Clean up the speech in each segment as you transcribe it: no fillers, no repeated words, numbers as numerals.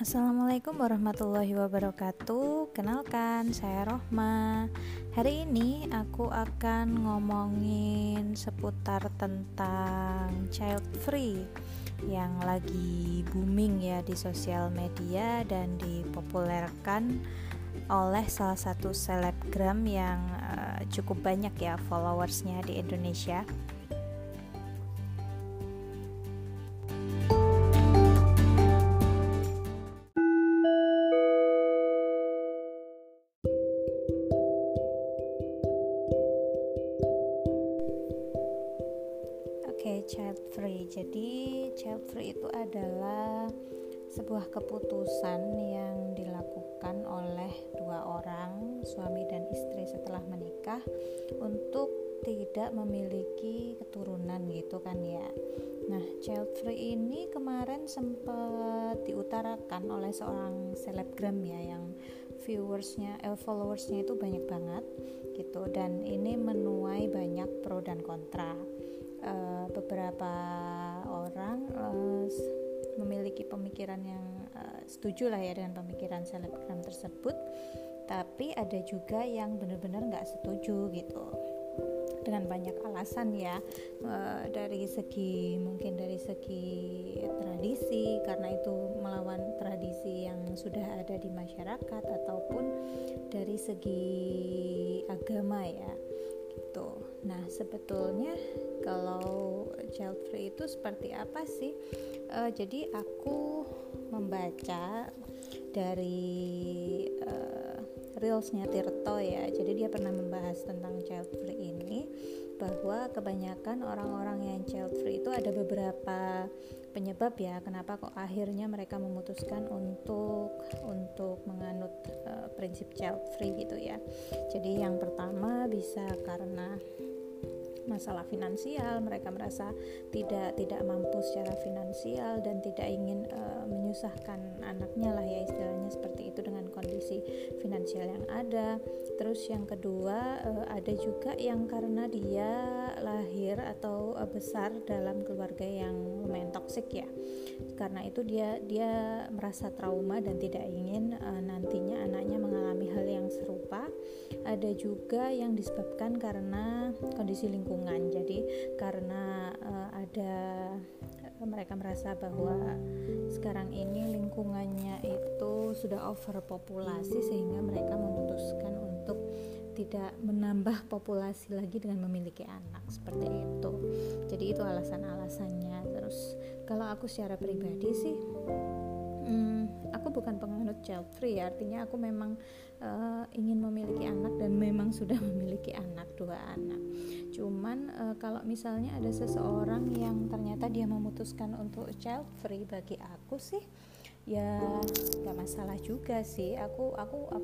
Assalamualaikum warahmatullahi wabarakatuh. Kenalkan, saya Rohma. Hari ini aku akan ngomongin seputar tentang child free yang lagi booming ya di sosial media dan dipopulerkan oleh salah satu selebgram yang cukup banyak ya followersnya di Indonesia. Child free. Jadi child free itu adalah sebuah keputusan yang dilakukan oleh dua orang, suami dan istri setelah menikah, untuk tidak memiliki keturunan gitu kan ya. Nah, child free ini kemarin sempat diutarakan oleh seorang selebgram ya, yang followersnya itu banyak banget gitu, dan ini menuai banyak pro dan kontra. Beberapa orang memiliki pemikiran yang setuju lah ya dengan pemikiran selebgram tersebut, tapi ada juga yang benar-benar nggak setuju gitu dengan banyak alasan ya, dari segi tradisi, karena itu melawan tradisi yang sudah ada di masyarakat, ataupun dari segi agama ya gitu. Nah, sebetulnya kalau child free itu seperti apa sih? Jadi aku membaca dari Reelsnya Tirto ya. Jadi dia pernah membahas tentang child free ini, bahwa kebanyakan orang-orang yang child free itu ada beberapa penyebab ya, kenapa kok akhirnya mereka memutuskan untuk menganut prinsip child free gitu ya. Jadi yang pertama bisa karena masalah finansial, mereka merasa tidak mampu secara finansial dan tidak ingin menyusahkan anaknya lah ya, istilahnya seperti itu dengan kondisi finansial yang ada. Terus yang kedua, ada juga yang karena dia lahir atau besar dalam keluarga yang lumayan toksik ya, karena itu dia merasa trauma dan tidak ingin nantinya anaknya mengalami hal yang serupa. Ada juga yang disebabkan karena kondisi lingkungan. Jadi karena mereka merasa bahwa sekarang ini lingkungannya itu sudah overpopulasi, sehingga mereka memutuskan untuk tidak menambah populasi lagi dengan memiliki anak, seperti itu. Jadi itu alasan-alasannya. Terus kalau aku secara pribadi sih, aku bukan penganut child free, artinya aku memang ingin memiliki anak dan memang sudah memiliki dua anak. Cuman kalau misalnya ada seseorang yang ternyata dia memutuskan untuk child free, bagi aku sih ya nggak masalah juga sih. Aku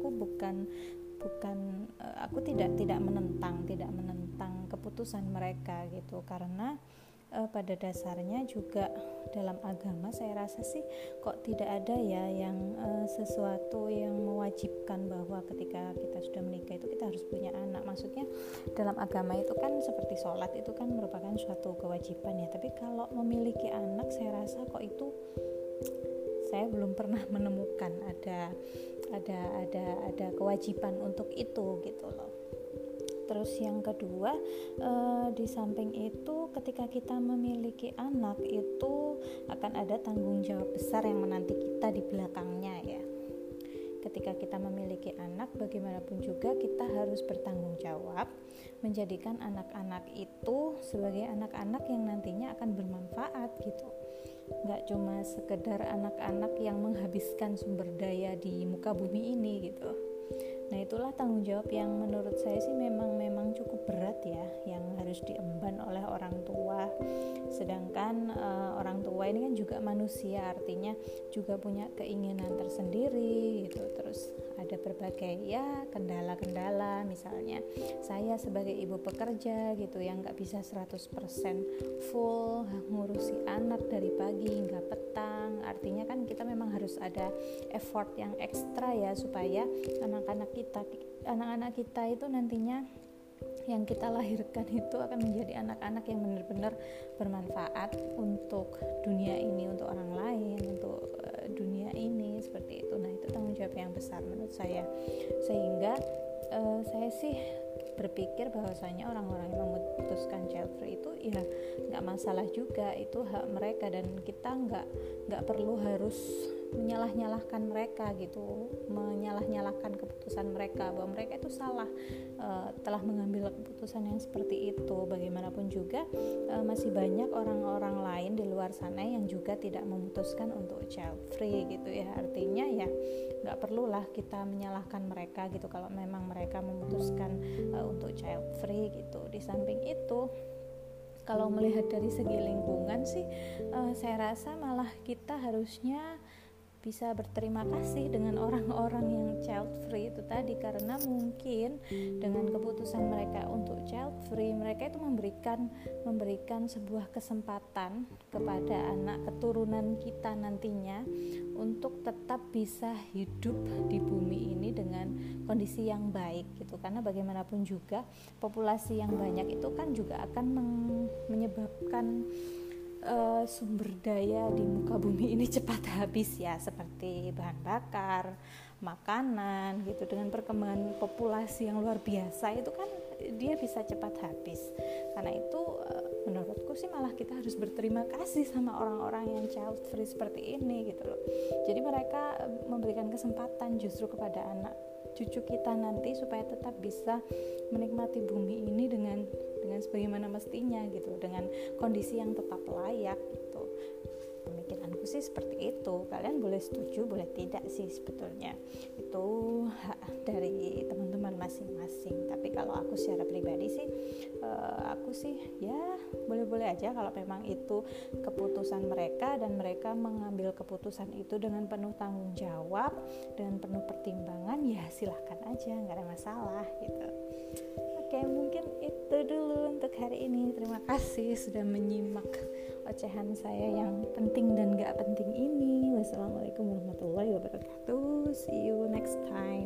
tidak menentang keputusan mereka gitu, karena pada dasarnya juga dalam agama saya rasa sih kok tidak ada ya yang sesuatu yang mewajibkan bahwa ketika kita sudah menikah itu kita harus punya anak. Maksudnya dalam agama itu kan seperti sholat, itu kan merupakan suatu kewajiban ya, tapi kalau memiliki anak saya rasa kok itu saya belum pernah menemukan ada kewajiban untuk itu gitu loh. Terus yang kedua, di samping itu ketika kita memiliki anak itu akan ada tanggung jawab besar yang menanti kita di belakangnya ya. Ketika kita memiliki anak, bagaimanapun juga kita harus bertanggung jawab menjadikan anak-anak itu sebagai anak-anak yang nantinya akan bermanfaat gitu. Nggak cuma sekedar anak-anak yang menghabiskan sumber daya di muka bumi ini gitu. Nah, itulah tanggung jawab yang menurut saya sih memang cukup berat ya, yang harus diemban oleh orang tua. Sedangkan orang tua ini kan juga manusia, artinya juga punya keinginan tersendiri gitu. Terus ada berbagai ya kendala-kendala, misalnya saya sebagai ibu pekerja gitu yang nggak bisa 100% full ngurusi anak dari pagi hingga petang. Artinya kan kita memang harus ada effort yang ekstra ya, supaya anak-anak kita itu nantinya yang kita lahirkan itu akan menjadi anak-anak yang benar-benar bermanfaat untuk dunia ini, untuk orang lain, untuk dunia ini, seperti itu. Nah, itu tanggung jawab yang besar menurut saya. Sehingga saya sih berpikir bahwasanya orang-orang yang memutuskan child free itu ya nggak masalah juga, itu hak mereka, dan kita nggak perlu harus menyalah-nyalahkan mereka gitu, menyalah-nyalahkan keputusan mereka bahwa mereka itu salah telah mengambil keputusan yang seperti itu. Bagaimanapun juga masih banyak orang-orang lain di luar sana yang juga tidak memutuskan untuk child free gitu ya. Artinya ya nggak perlulah kita menyalahkan mereka gitu kalau memang mereka memutuskan untuk child free gitu. Di samping itu, kalau melihat dari segi lingkungan sih, saya rasa malah kita harusnya bisa berterima kasih dengan orang-orang yang child free itu tadi, karena mungkin dengan keputusan mereka untuk child free, mereka itu memberikan sebuah kesempatan kepada anak keturunan kita nantinya untuk tetap bisa hidup di bumi ini dengan kondisi yang baik gitu. Karena bagaimanapun juga populasi yang banyak itu kan juga akan menyebabkan sumber daya di muka bumi ini cepat habis ya, seperti bahan bakar, makanan gitu. Dengan perkembangan populasi yang luar biasa itu kan dia bisa cepat habis. Karena itu menurutku sih malah kita harus berterima kasih sama orang-orang yang child free seperti ini gitu loh. Jadi mereka memberikan kesempatan justru kepada anak cucu kita nanti supaya tetap bisa menikmati bumi ini dengan sebagaimana mestinya gitu, dengan kondisi yang tetap layak gitu. Pemikiranku sih seperti itu. Kalian boleh setuju, boleh tidak sih, sebetulnya itu hak dari teman-teman masing-masing. Tapi kalau aku secara pribadi sih, aku sih ya boleh-boleh aja kalau memang itu keputusan mereka dan mereka mengambil keputusan itu dengan penuh tanggung jawab, dengan penuh pertimbangan, ya silahkan aja, nggak ada masalah gitu. Oke, mungkin itu dulu untuk hari ini. Terima kasih sudah menyimak ocehan saya yang penting dan gak penting ini. Wassalamualaikum warahmatullahi wabarakatuh. See you next time.